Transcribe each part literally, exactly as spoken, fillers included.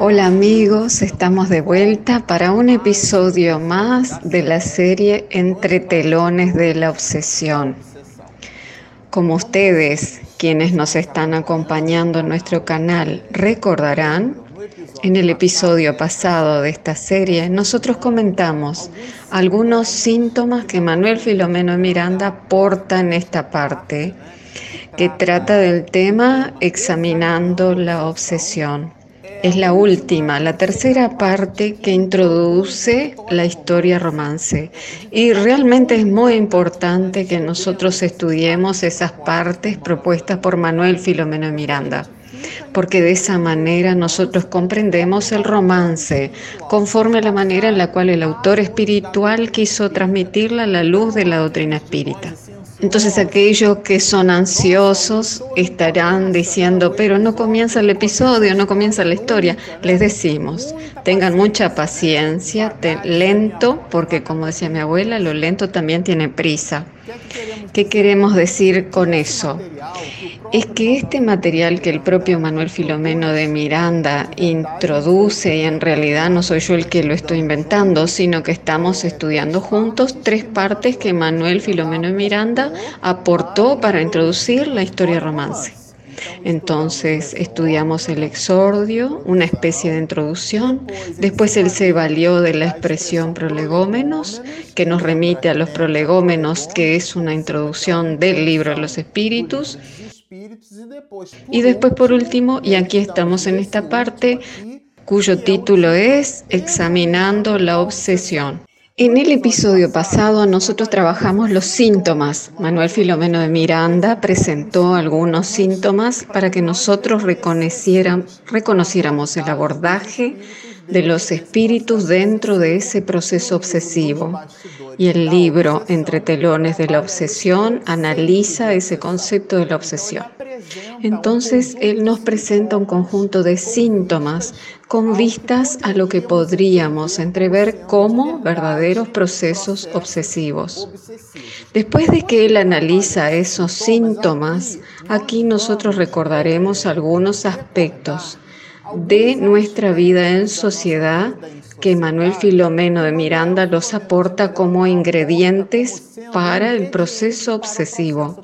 Hola amigos, estamos de vuelta para un episodio más de la serie Entre telones de la obsesión. Como ustedes, quienes nos están acompañando en nuestro canal, recordarán, en el episodio pasado de esta serie nosotros comentamos algunos síntomas que Manuel Filomeno Miranda porta en esta parte, que trata del tema examinando la obsesión. Es la última, la tercera parte que introduce la historia romance. Y realmente es muy importante que nosotros estudiemos esas partes propuestas por Manuel Filomeno Miranda, porque de esa manera nosotros comprendemos el romance conforme a la manera en la cual el autor espiritual quiso transmitirla a la luz de la doctrina espírita. Entonces aquellos que son ansiosos estarán diciendo, pero no comienza el episodio, no comienza la historia. Les decimos, tengan mucha paciencia, lento, porque como decía mi abuela, lo lento también tiene prisa. ¿Qué queremos decir con eso? Es que este material que el propio Manuel Filomeno de Miranda introduce, y en realidad no soy yo el que lo estoy inventando, sino que estamos estudiando juntos tres partes que Manuel Filomeno de Miranda aportó para introducir la historia romance. Entonces estudiamos el exordio, una especie de introducción, después él se valió de la expresión prolegómenos, que nos remite a los prolegómenos, que es una introducción del libro de los espíritus, y después por último, y aquí estamos en esta parte, cuyo título es Examinando la obsesión. En el episodio pasado nosotros trabajamos los síntomas. Manuel Filomeno de Miranda presentó algunos síntomas para que nosotros reconociéramos el abordaje de los espíritus dentro de ese proceso obsesivo. Y el libro Entre telones de la obsesión analiza ese concepto de la obsesión. Entonces, él nos presenta un conjunto de síntomas con vistas a lo que podríamos entrever como verdaderos procesos obsesivos. Después de que él analiza esos síntomas, aquí nosotros recordaremos algunos aspectos de nuestra vida en sociedad que Manuel Filomeno de Miranda los aporta como ingredientes para el proceso obsesivo.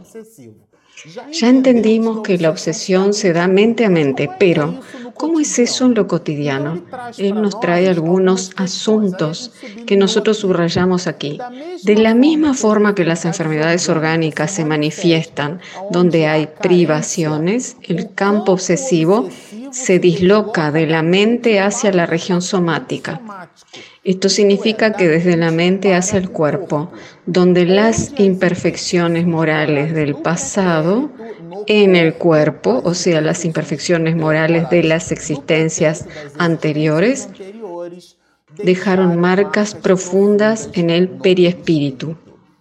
Ya entendimos que la obsesión se da mente a mente, pero ¿cómo es eso en lo cotidiano? Él nos trae algunos asuntos que nosotros subrayamos aquí. De la misma forma que las enfermedades orgánicas se manifiestan donde hay privaciones, el campo obsesivo se disloca de la mente hacia la región somática. Esto significa que desde la mente hacia el cuerpo, donde las imperfecciones morales del pasado en el cuerpo, o sea, las imperfecciones morales de las existencias anteriores, dejaron marcas profundas en el periespíritu.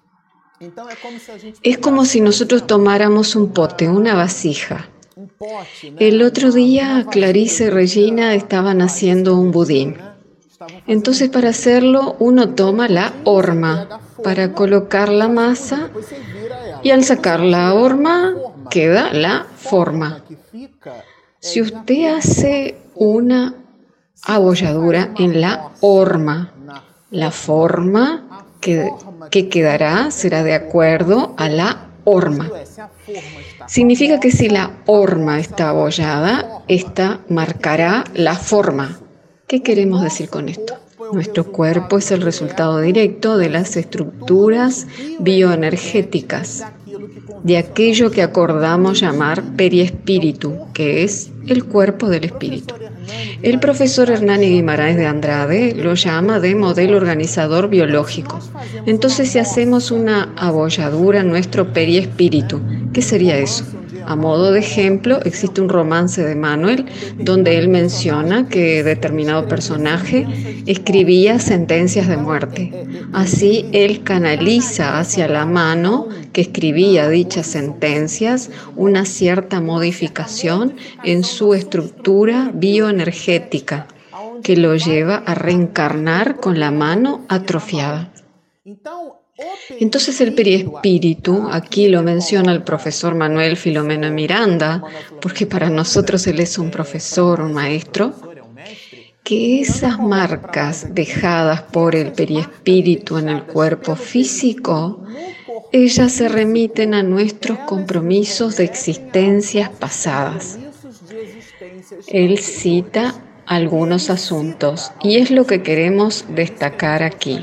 Es como si nosotros tomáramos un pote, una vasija. El otro día Clarice y Regina estaban haciendo un budín. Entonces, para hacerlo, uno toma la horma para colocar la masa y al sacar la horma queda la forma. Si usted hace una abolladura en la horma, la forma que, que quedará será de acuerdo a la horma. Significa que si la horma está abollada, esta marcará la forma. ¿Qué queremos decir con esto? Nuestro cuerpo es el resultado directo de las estructuras bioenergéticas, de aquello que acordamos llamar periespíritu, que es el cuerpo del espíritu. El profesor Hernani Guimarães de Andrade lo llama de modelo organizador biológico. Entonces, si hacemos una abolladura en nuestro periespíritu, ¿qué sería eso? A modo de ejemplo, existe un romance de Manuel donde él menciona que determinado personaje escribía sentencias de muerte. Así, él canaliza hacia la mano que escribía dichas sentencias una cierta modificación en su estructura bioenergética que lo lleva a reencarnar con la mano atrofiada. Entonces el periespíritu, aquí lo menciona el profesor Manuel Filomeno Miranda, porque para nosotros él es un profesor, un maestro, que esas marcas dejadas por el perispíritu en el cuerpo físico, ellas se remiten a nuestros compromisos de existencias pasadas. Él cita algunos asuntos y es lo que queremos destacar aquí.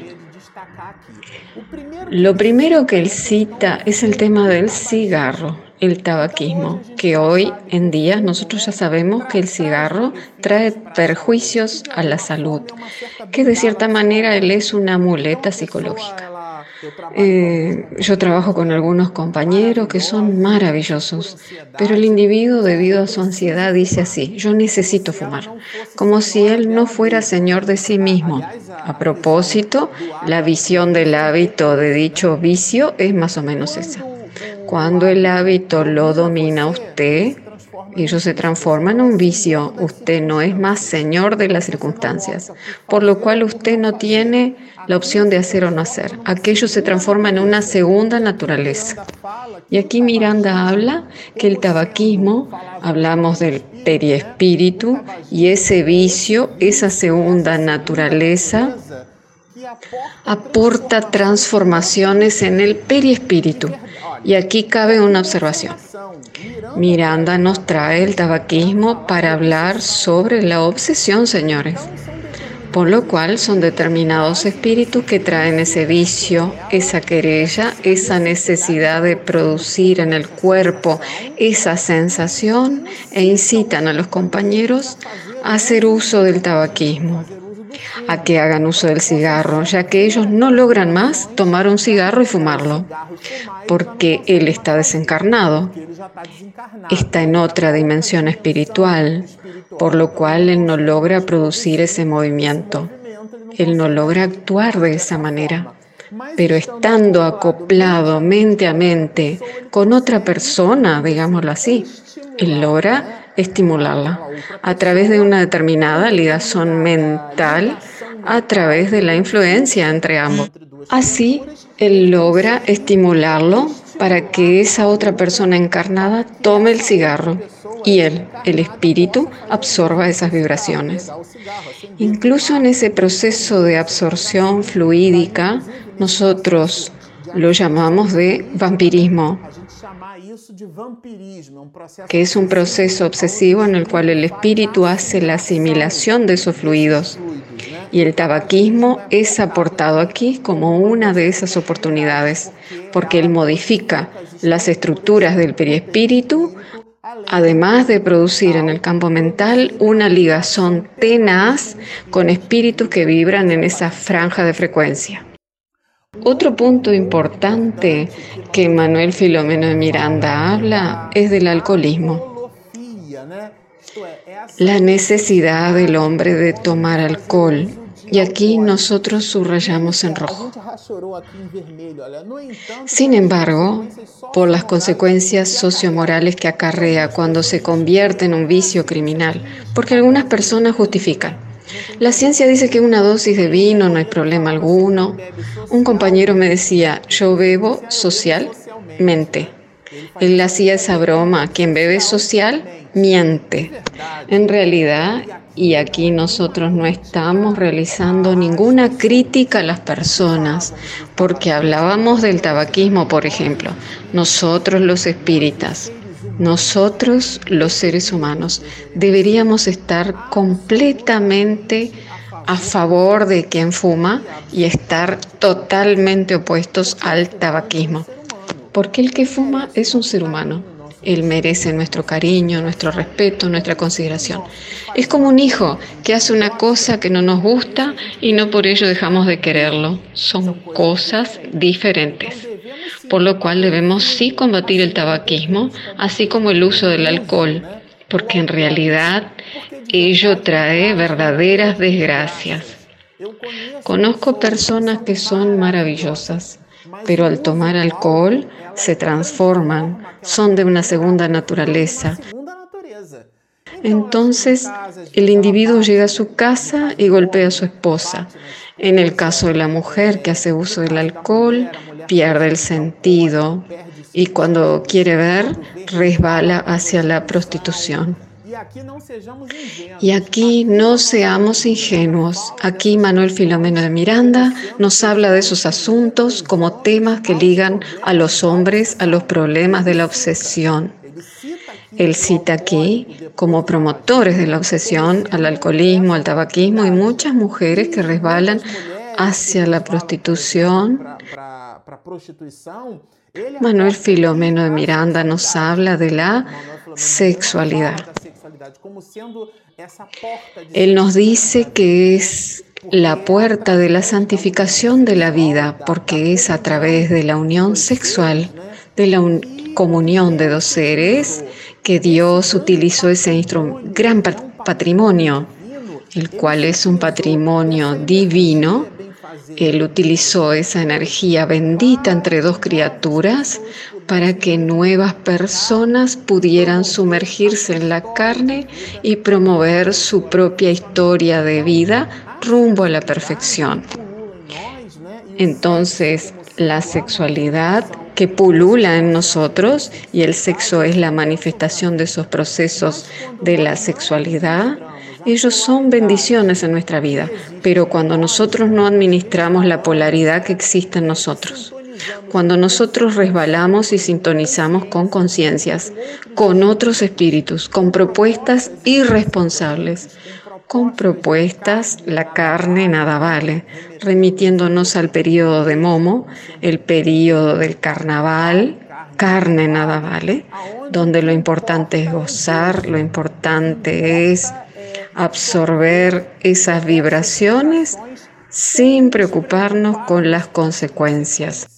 Lo primero que él cita es el tema del cigarro, el tabaquismo, que hoy en día nosotros ya sabemos que el cigarro trae perjuicios a la salud, que de cierta manera él es una muleta psicológica. Eh, yo trabajo con algunos compañeros que son maravillosos, pero el individuo debido a su ansiedad dice así: yo necesito fumar, como si él no fuera señor de sí mismo. A propósito, la visión del hábito de dicho vicio es más o menos esa. Cuando el hábito lo domina a usted, ello se transforma en un vicio. Usted no es más señor de las circunstancias, por lo cual usted no tiene la opción de hacer o no hacer. Aquello se transforma en una segunda naturaleza. Y aquí Miranda habla que el tabaquismo, hablamos del periespíritu, y ese vicio, esa segunda naturaleza, aporta transformaciones en el periespíritu. Y aquí cabe una observación. Miranda nos trae el tabaquismo para hablar sobre la obsesión, señores. Por lo cual son determinados espíritus que traen ese vicio, esa querella, esa necesidad de producir en el cuerpo esa sensación e incitan a los compañeros a hacer uso del tabaquismo, a que hagan uso del cigarro, ya que ellos no logran más tomar un cigarro y fumarlo, porque él está desencarnado, está en otra dimensión espiritual, por lo cual él no logra producir ese movimiento, él no logra actuar de esa manera. Pero estando acoplado mente a mente con otra persona, digámoslo así, él logra estimularla a través de una determinada ligazón mental, a través de la influencia entre ambos. Así, él logra estimularlo para que esa otra persona encarnada tome el cigarro y él, el espíritu, absorba esas vibraciones. Incluso en ese proceso de absorción fluídica, nosotros lo llamamos de vampirismo, que es un proceso obsesivo en el cual el espíritu hace la asimilación de esos fluidos. Y el tabaquismo es aportado aquí como una de esas oportunidades, porque él modifica las estructuras del periespíritu, además de producir en el campo mental una ligazón tenaz con espíritus que vibran en esa franja de frecuencia. Otro punto importante que Manuel Filomeno de Miranda habla es del alcoholismo. La necesidad del hombre de tomar alcohol. Y aquí nosotros subrayamos en rojo. Sin embargo, por las consecuencias sociomorales que acarrea cuando se convierte en un vicio criminal, porque algunas personas justifican. La ciencia dice que una dosis de vino no hay problema alguno. Un compañero me decía, yo bebo socialmente. Él hacía esa broma, quien bebe social, miente. En realidad, y aquí nosotros no estamos realizando ninguna crítica a las personas, porque hablábamos del tabaquismo, por ejemplo. Nosotros los espíritas, nosotros los seres humanos, deberíamos estar completamente a favor de quien fuma y estar totalmente opuestos al tabaquismo. Porque el que fuma es un ser humano. Él merece nuestro cariño, nuestro respeto, nuestra consideración. Es como un hijo que hace una cosa que no nos gusta y no por ello dejamos de quererlo. Son cosas diferentes. Por lo cual debemos sí combatir el tabaquismo, así como el uso del alcohol, porque en realidad ello trae verdaderas desgracias. Conozco personas que son maravillosas, pero al tomar alcohol se transforman, son de una segunda naturaleza. Entonces, el individuo llega a su casa y golpea a su esposa. En el caso de la mujer que hace uso del alcohol, pierde el sentido y cuando quiere ver, resbala hacia la prostitución. Y aquí no seamos ingenuos. Aquí Manuel Filomeno de Miranda nos habla de esos asuntos como temas que ligan a los hombres a los problemas de la obsesión. Él cita aquí como promotores de la obsesión al alcoholismo, al tabaquismo y muchas mujeres que resbalan hacia la prostitución. Manuel Filomeno de Miranda nos habla de la sexualidad. Él nos dice que es la puerta de la santificación de la vida, porque es a través de la unión sexual, de la un- comunión de dos seres, que Dios utilizó ese instru- gran pat- patrimonio, el cual es un patrimonio divino. Él utilizó esa energía bendita entre dos criaturas para que nuevas personas pudieran sumergirse en la carne y promover su propia historia de vida rumbo a la perfección. Entonces, la sexualidad que pulula en nosotros, y el sexo es la manifestación de esos procesos de la sexualidad, ellos son bendiciones en nuestra vida, pero cuando nosotros no administramos la polaridad que existe en nosotros, cuando nosotros resbalamos y sintonizamos con conciencias, con otros espíritus, con propuestas irresponsables, con propuestas, la carne nada vale, remitiéndonos al periodo de Momo, el periodo del carnaval, carne nada vale, donde lo importante es gozar, lo importante es absorber esas vibraciones sin preocuparnos con las consecuencias.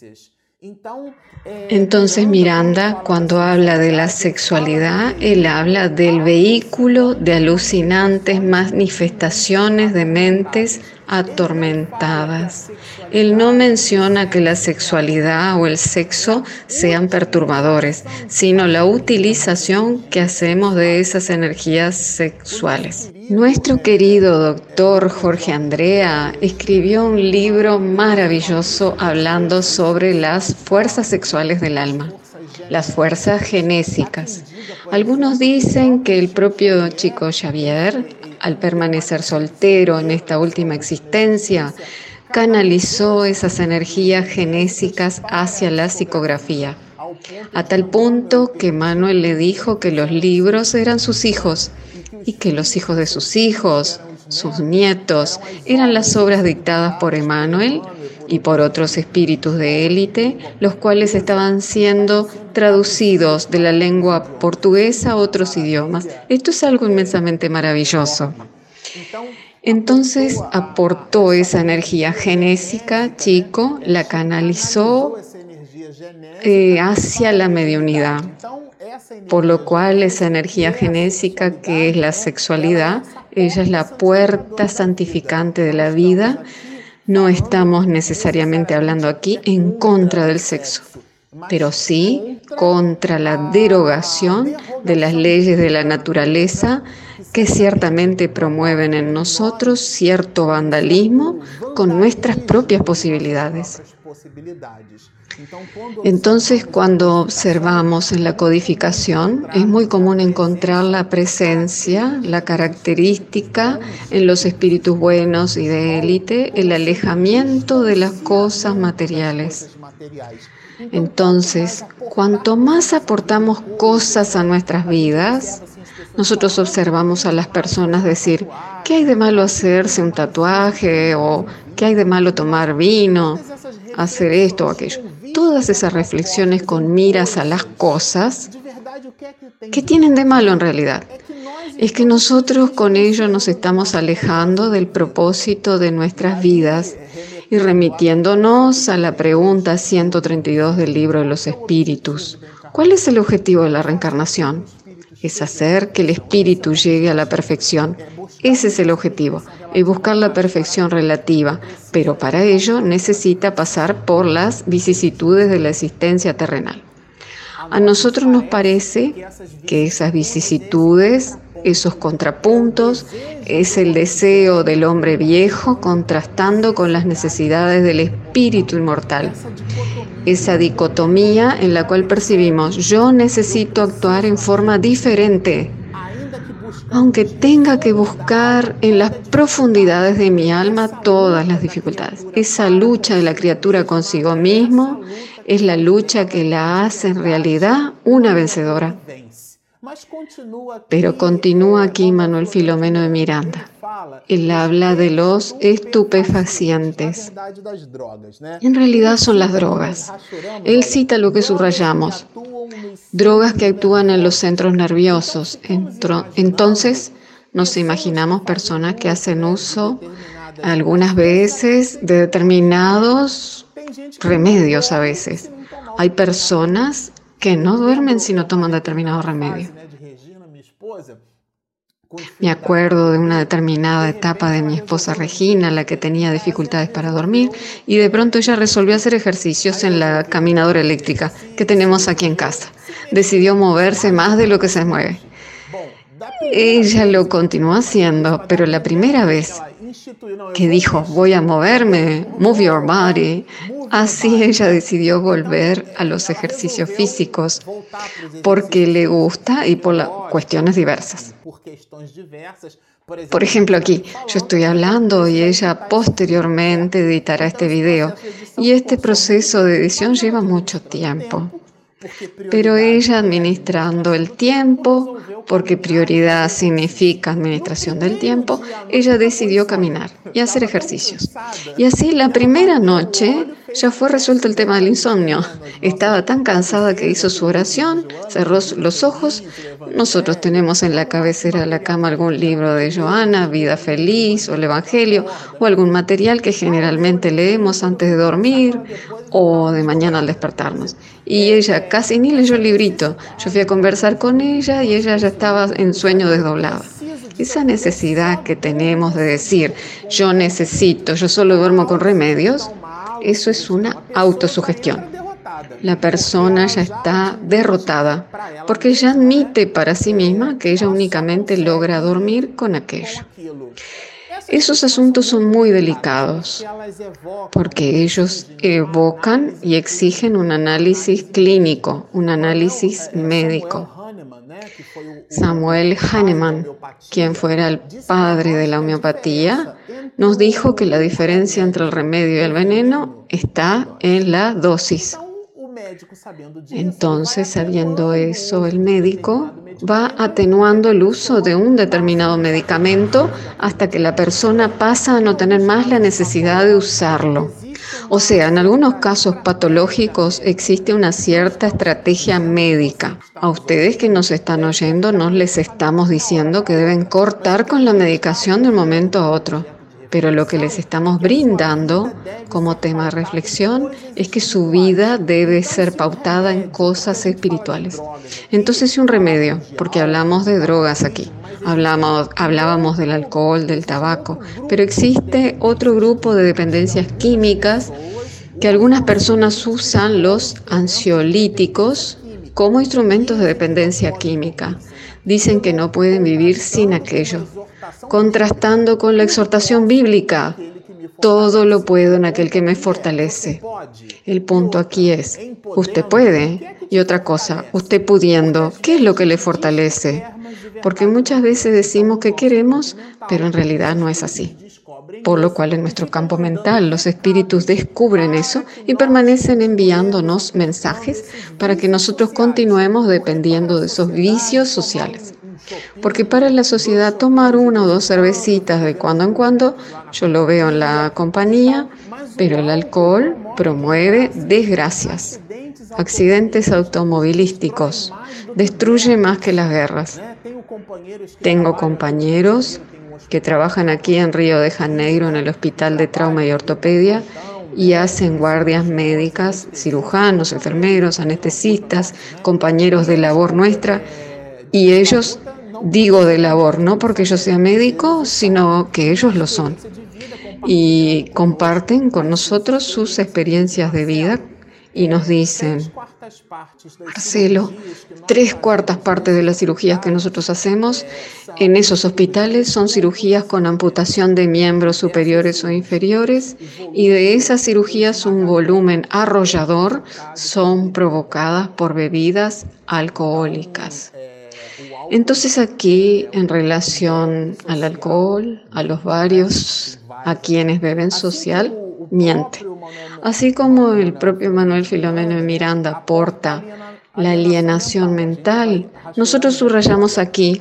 Entonces Miranda, cuando habla de la sexualidad, él habla del vehículo de alucinantes manifestaciones de mentes atormentadas. Él no menciona que la sexualidad o el sexo sean perturbadores, sino la utilización que hacemos de esas energías sexuales. Nuestro querido doctor Jorge Andrea escribió un libro maravilloso hablando sobre las fuerzas sexuales del alma, las fuerzas genésicas. Algunos dicen que el propio Chico Xavier, al permanecer soltero en esta última existencia, canalizó esas energías genésicas hacia la psicografía, a tal punto que Manuel le dijo que los libros eran sus hijos y que los hijos de sus hijos, sus nietos, eran las obras dictadas por Emmanuel y por otros espíritus de élite, los cuales estaban siendo traducidos de la lengua portuguesa a otros idiomas. Esto es algo inmensamente maravilloso. Entonces aportó esa energía genésica, Chico, la canalizó eh, hacia la mediunidad, por lo cual esa energía genésica, que es la sexualidad, ella es la puerta santificante de la vida. No estamos necesariamente hablando aquí en contra del sexo, pero sí contra la derogación de las leyes de la naturaleza que ciertamente promueven en nosotros cierto vandalismo con nuestras propias posibilidades. Entonces, cuando observamos en la codificación, es muy común encontrar la presencia, la característica en los espíritus buenos y de élite, el alejamiento de las cosas materiales. Entonces, cuanto más aportamos cosas a nuestras vidas, nosotros observamos a las personas decir, ¿qué hay de malo hacerse un tatuaje? ¿O qué hay de malo tomar vino? Hacer esto o aquello. Todas esas reflexiones con miras a las cosas, ¿qué tienen de malo en realidad? Es que nosotros con ello nos estamos alejando del propósito de nuestras vidas y remitiéndonos a la pregunta ciento treinta y dos del libro de los espíritus. ¿Cuál es el objetivo de la reencarnación? Es hacer que el espíritu llegue a la perfección. Ese es el objetivo, y buscar la perfección relativa, pero para ello necesita pasar por las vicisitudes de la existencia terrenal. A nosotros nos parece que esas vicisitudes, esos contrapuntos, es el deseo del hombre viejo contrastando con las necesidades del espíritu inmortal. Esa dicotomía en la cual percibimos, yo necesito actuar en forma diferente, aunque tenga que buscar en las profundidades de mi alma todas las dificultades. Esa lucha de la criatura consigo mismo es la lucha que la hace en realidad una vencedora. Pero continúa aquí Manuel Filomeno de Miranda. Él habla de los estupefacientes. En realidad son las drogas. Él cita lo que subrayamos. Drogas que actúan en los centros nerviosos. Entonces, nos imaginamos personas que hacen uso algunas veces de determinados remedios a veces. Hay personas que no duermen si no toman determinado remedio. Me acuerdo de una determinada etapa de mi esposa Regina, la que tenía dificultades para dormir, y de pronto ella resolvió hacer ejercicios en la caminadora eléctrica que tenemos aquí en casa. Decidió moverse más de lo que se mueve. Ella lo continuó haciendo, pero la primera vez que dijo, voy a moverme, move your body, así ella decidió volver a los ejercicios físicos porque le gusta y por las cuestiones diversas. Por ejemplo, aquí yo estoy hablando y ella posteriormente editará este video y este proceso de edición lleva mucho tiempo. Pero ella administrando el tiempo, porque prioridad significa administración del tiempo, ella decidió caminar y hacer ejercicios. Y así la primera noche ya fue resuelto el tema del insomnio. Estaba tan cansada que hizo su oración, cerró los ojos. Nosotros tenemos en la cabecera de la cama algún libro de Joana, Vida Feliz o el Evangelio, o algún material que generalmente leemos antes de dormir o de mañana al despertarnos. Y ella casi ni leyó el librito. Yo fui a conversar con ella y ella ya estaba en sueño desdoblada. Esa necesidad que tenemos de decir, yo necesito, yo solo duermo con remedios, eso es una autosugestión. La persona ya está derrotada porque ella admite para sí misma que ella únicamente logra dormir con aquello. Esos asuntos son muy delicados porque ellos evocan y exigen un análisis clínico, un análisis médico. Samuel Hahnemann, quien fuera el padre de la homeopatía, nos dijo que la diferencia entre el remedio y el veneno está en la dosis. Entonces, sabiendo eso, el médico va atenuando el uso de un determinado medicamento hasta que la persona pasa a no tener más la necesidad de usarlo. O sea, en algunos casos patológicos existe una cierta estrategia médica. A ustedes que nos están oyendo no les estamos diciendo que deben cortar con la medicación de un momento a otro. Pero lo que les estamos brindando como tema de reflexión es que su vida debe ser pautada en cosas espirituales. Entonces, un remedio, porque hablamos de drogas aquí, hablamos, hablábamos del alcohol, del tabaco, pero existe otro grupo de dependencias químicas que algunas personas usan los ansiolíticos como instrumentos de dependencia química. Dicen que no pueden vivir sin aquello, contrastando con la exhortación bíblica. Todo lo puedo en aquel que me fortalece. El punto aquí es, usted puede. Y otra cosa, usted pudiendo, ¿qué es lo que le fortalece? Porque muchas veces decimos que queremos, pero en realidad no es así. Por lo cual en nuestro campo mental los espíritus descubren eso y permanecen enviándonos mensajes para que nosotros continuemos dependiendo de esos vicios sociales. Porque para la sociedad tomar una o dos cervecitas de cuando en cuando, yo lo veo en la compañía, pero el alcohol promueve desgracias, accidentes automovilísticos, destruye más que las guerras. Tengo compañeros que trabajan aquí en Río de Janeiro en el Hospital de Trauma y Ortopedia y hacen guardias médicas, cirujanos, enfermeros, anestesistas, compañeros de labor nuestra, y ellos, digo de labor, no porque yo sea médico, sino que ellos lo son, y comparten con nosotros sus experiencias de vida y nos dicen, Marcelo, tres cuartas partes de las cirugías que nosotros hacemos en esos hospitales son cirugías con amputación de miembros superiores o inferiores, y de esas cirugías un volumen arrollador son provocadas por bebidas alcohólicas. Entonces aquí, en relación al alcohol, a los varios, a quienes beben social, miente. Así como el propio Manuel Filomeno de Miranda aporta la alienación mental, nosotros subrayamos aquí,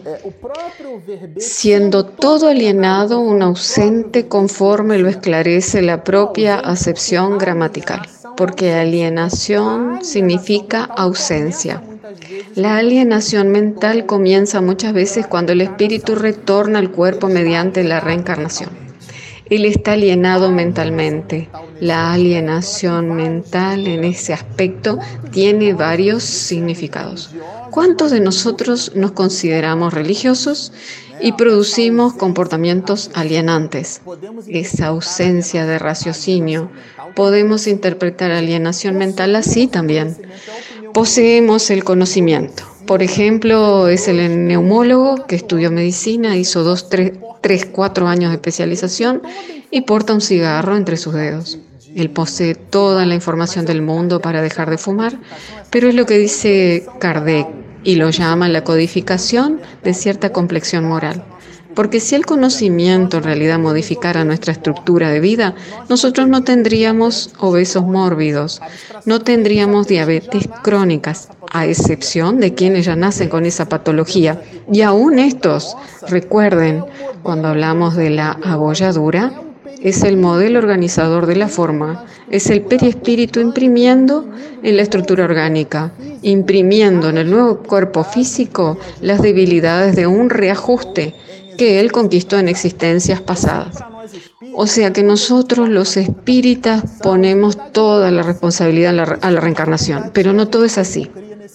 siendo todo alienado un ausente conforme lo esclarece la propia acepción gramatical, porque alienación significa ausencia. La alienación mental comienza muchas veces cuando el espíritu retorna al cuerpo mediante la reencarnación. Él está alienado mentalmente. La alienación mental en ese aspecto tiene varios significados. ¿Cuántos de nosotros nos consideramos religiosos y producimos comportamientos alienantes? Esa ausencia de raciocinio. Podemos interpretar alienación mental así también. Poseemos el conocimiento. Por ejemplo, es el neumólogo que estudió medicina, hizo dos, tres, tres, cuatro años de especialización y porta un cigarro entre sus dedos. Él posee toda la información del mundo para dejar de fumar, pero es lo que dice Kardec y lo llama la codificación de cierta complexión moral. Porque si el conocimiento en realidad modificara nuestra estructura de vida, nosotros no tendríamos obesos mórbidos, no tendríamos diabetes crónicas, a excepción de quienes ya nacen con esa patología. Y aún estos, recuerden, cuando hablamos de la abolladura, es el modelo organizador de la forma, es el perispíritu imprimiendo en la estructura orgánica, imprimiendo en el nuevo cuerpo físico las debilidades de un reajuste que él conquistó en existencias pasadas. O sea que nosotros los espíritas ponemos toda la responsabilidad a la, a la reencarnación, pero no todo es así.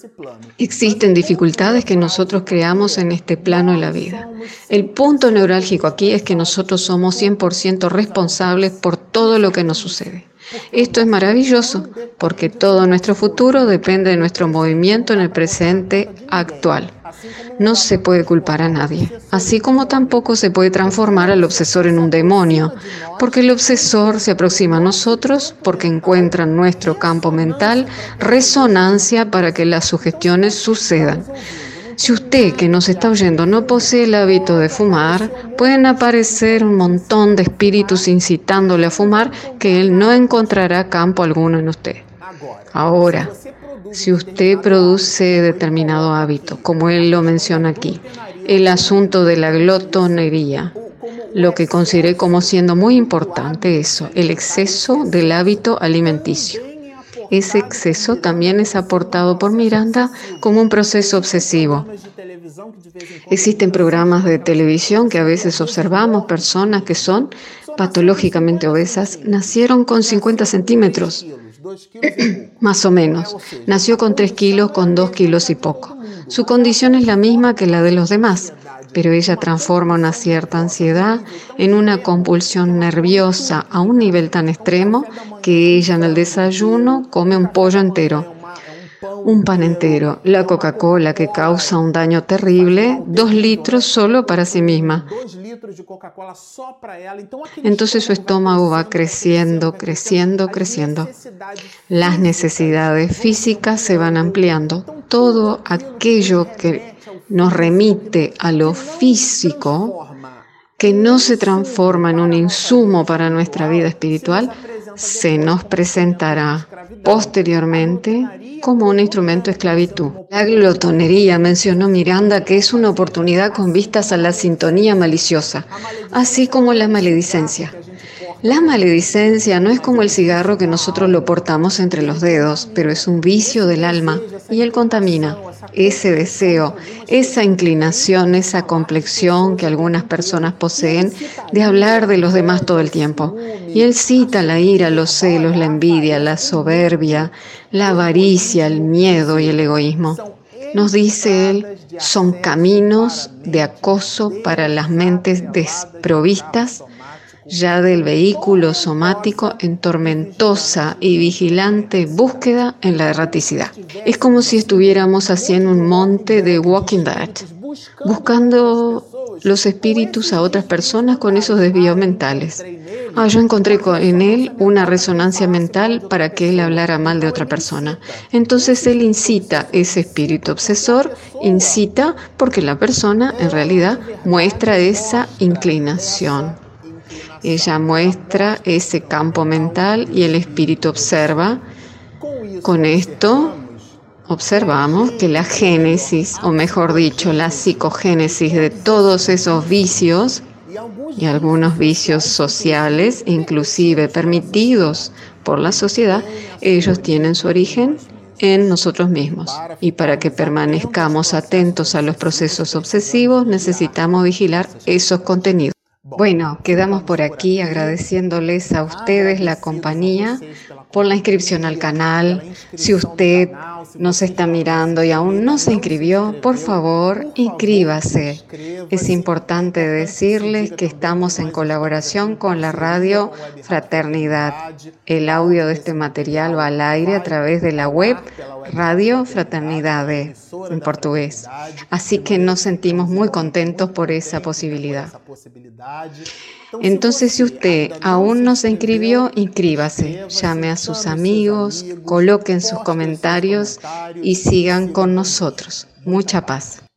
Existen dificultades que nosotros creamos en este plano de la vida. El punto neurálgico aquí es que nosotros somos cien por ciento responsables por todo lo que nos sucede. Esto es maravilloso porque todo nuestro futuro depende de nuestro movimiento en el presente actual. No se puede culpar a nadie, así como tampoco se puede transformar al obsesor en un demonio, porque el obsesor se aproxima a nosotros porque encuentra en nuestro campo mental resonancia para que las sugestiones sucedan. Si usted que nos está oyendo no posee el hábito de fumar, pueden aparecer un montón de espíritus incitándole a fumar que él no encontrará campo alguno en usted. Ahora, si usted produce determinado hábito, como él lo menciona aquí, el asunto de la glotonería, lo que consideré como siendo muy importante eso, el exceso del hábito alimenticio. Ese exceso también es aportado por Miranda como un proceso obsesivo. Existen programas de televisión que a veces observamos personas que son patológicamente obesas, nacieron con cincuenta centímetros, más o menos. Nació con tres kilos, con dos kilos y poco. Su condición es la misma que la de los demás, pero ella transforma una cierta ansiedad en una compulsión nerviosa a un nivel tan extremo que ella en el desayuno come un pollo entero, un pan entero, la Coca-Cola que causa un daño terrible, dos litros solo para sí misma. Entonces su estómago va creciendo, creciendo, creciendo. Las necesidades físicas se van ampliando. Todo aquello que nos remite a lo físico, que no se transforma en un insumo para nuestra vida espiritual, se nos presentará posteriormente como un instrumento de esclavitud. La glotonería, mencionó Miranda, que es una oportunidad con vistas a la sintonía maliciosa, así como la maledicencia. La maledicencia no es como el cigarro que nosotros lo portamos entre los dedos, pero es un vicio del alma y él contamina. Ese deseo, esa inclinación, esa complexión que algunas personas poseen de hablar de los demás todo el tiempo. Y él cita la ira, los celos, la envidia, la soberbia, la avaricia, el miedo y el egoísmo. Nos dice él, son caminos de acoso para las mentes desprovistas ya del vehículo somático en tormentosa y vigilante búsqueda en la erraticidad. Es como si estuviéramos haciendo un monte de Walking Dead, buscando los espíritus a otras personas con esos desvíos mentales. Ah, yo encontré co- en él una resonancia mental para que él hablara mal de otra persona. Entonces él incita, ese espíritu obsesor, incita porque la persona en realidad muestra esa inclinación. Ella muestra ese campo mental y el espíritu observa. Con esto observamos que la génesis, o mejor dicho, la psicogénesis de todos esos vicios y algunos vicios sociales, inclusive permitidos por la sociedad, ellos tienen su origen en nosotros mismos. Y para que permanezcamos atentos a los procesos obsesivos, necesitamos vigilar esos contenidos. Bueno, quedamos por aquí agradeciéndoles a ustedes la compañía por la inscripción al canal. Si usted nos está mirando y aún no se inscribió, por favor, inscríbase. Es importante decirles que estamos en colaboración con la radio Fraternidad. El audio de este material va al aire a través de la web Radio Fraternidade, en portugués. Así que nos sentimos muy contentos por esa posibilidad. Entonces, si usted aún no se inscribió, inscríbase, llame a sus amigos, coloquen sus comentarios y sigan con nosotros. Mucha paz.